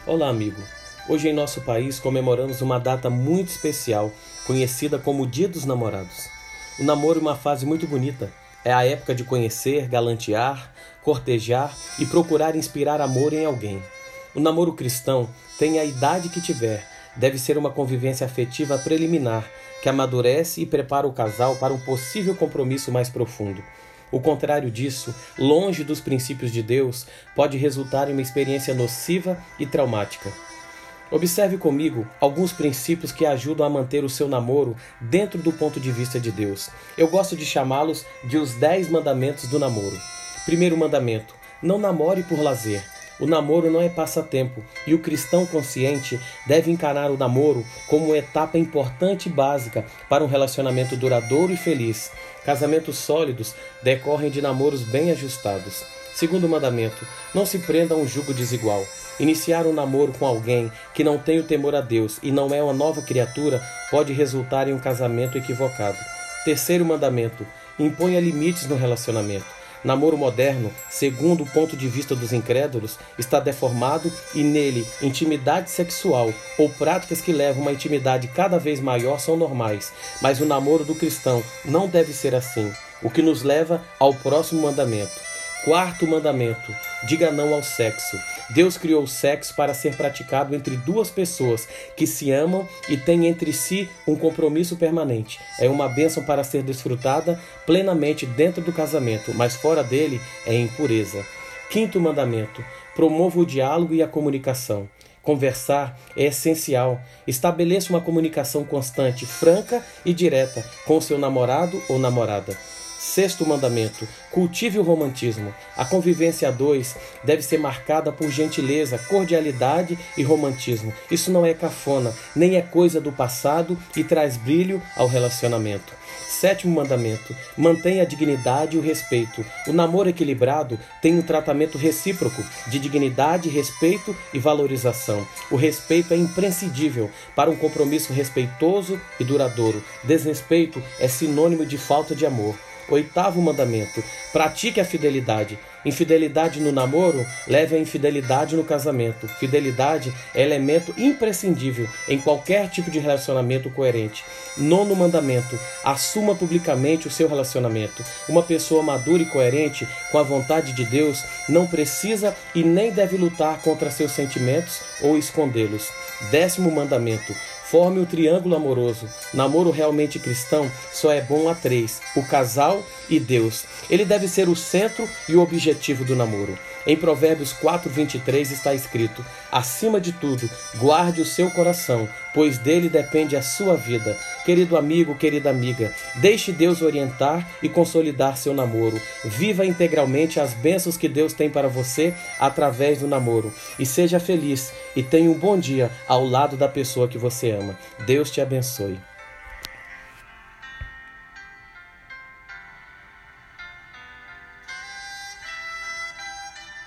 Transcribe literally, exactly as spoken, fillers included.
Olá, amigo. Hoje em nosso país comemoramos uma data muito especial, conhecida como Dia dos Namorados. O namoro é uma fase muito bonita. É a época de conhecer, galantear, cortejar e procurar inspirar amor em alguém. O namoro cristão, tenha a idade que tiver, deve ser uma convivência afetiva preliminar, que amadurece e prepara o casal para um possível compromisso mais profundo. O contrário disso, longe dos princípios de Deus, pode resultar em uma experiência nociva e traumática. Observe comigo alguns princípios que ajudam a manter o seu namoro dentro do ponto de vista de Deus. Eu gosto de chamá-los de os dez mandamentos do namoro. Primeiro mandamento: não namore por lazer. O namoro não é passatempo, e o cristão consciente deve encarar o namoro como uma etapa importante e básica para um relacionamento duradouro e feliz. Casamentos sólidos decorrem de namoros bem ajustados. Segundo mandamento: não se prenda a um jugo desigual. Iniciar um namoro com alguém que não tem o temor a Deus e não é uma nova criatura pode resultar em um casamento equivocado. Terceiro mandamento: imponha limites no relacionamento. Namoro moderno, segundo o ponto de vista dos incrédulos, está deformado e nele intimidade sexual ou práticas que levam a uma intimidade cada vez maior são normais. Mas o namoro do cristão não deve ser assim, o que nos leva ao próximo mandamento. Quarto mandamento: diga não ao sexo. Deus criou o sexo para ser praticado entre duas pessoas que se amam e têm entre si um compromisso permanente. É uma bênção para ser desfrutada plenamente dentro do casamento, mas fora dele é impureza. Quinto mandamento: promova o diálogo e a comunicação. Conversar é essencial. Estabeleça uma comunicação constante, franca e direta com o seu namorado ou namorada. Sexto mandamento: cultive o romantismo. A convivência a dois deve ser marcada por gentileza, cordialidade e romantismo. Isso não é cafona, nem é coisa do passado e traz brilho ao relacionamento. Sétimo mandamento: mantenha a dignidade e o respeito. O namoro equilibrado tem um tratamento recíproco de dignidade, respeito e valorização. O respeito é imprescindível para um compromisso respeitoso e duradouro. Desrespeito é sinônimo de falta de amor. Oitavo mandamento: pratique a fidelidade. Infidelidade no namoro leva a infidelidade no casamento. Fidelidade é elemento imprescindível em qualquer tipo de relacionamento coerente. Nono mandamento: assuma publicamente o seu relacionamento. Uma pessoa madura e coerente com a vontade de Deus não precisa e nem deve lutar contra seus sentimentos ou escondê-los. Décimo mandamento: forme um triângulo amoroso. Namoro realmente cristão só é bom a três: o casal e Deus. Ele deve ser o centro e o objetivo do namoro. Em Provérbios quatro, vinte e três está escrito: acima de tudo, guarde o seu coração, pois dele depende a sua vida. Querido amigo, querida amiga, deixe Deus orientar e consolidar seu namoro. Viva integralmente as bênçãos que Deus tem para você através do namoro. E seja feliz e tenha um bom dia ao lado da pessoa que você ama. Deus te abençoe.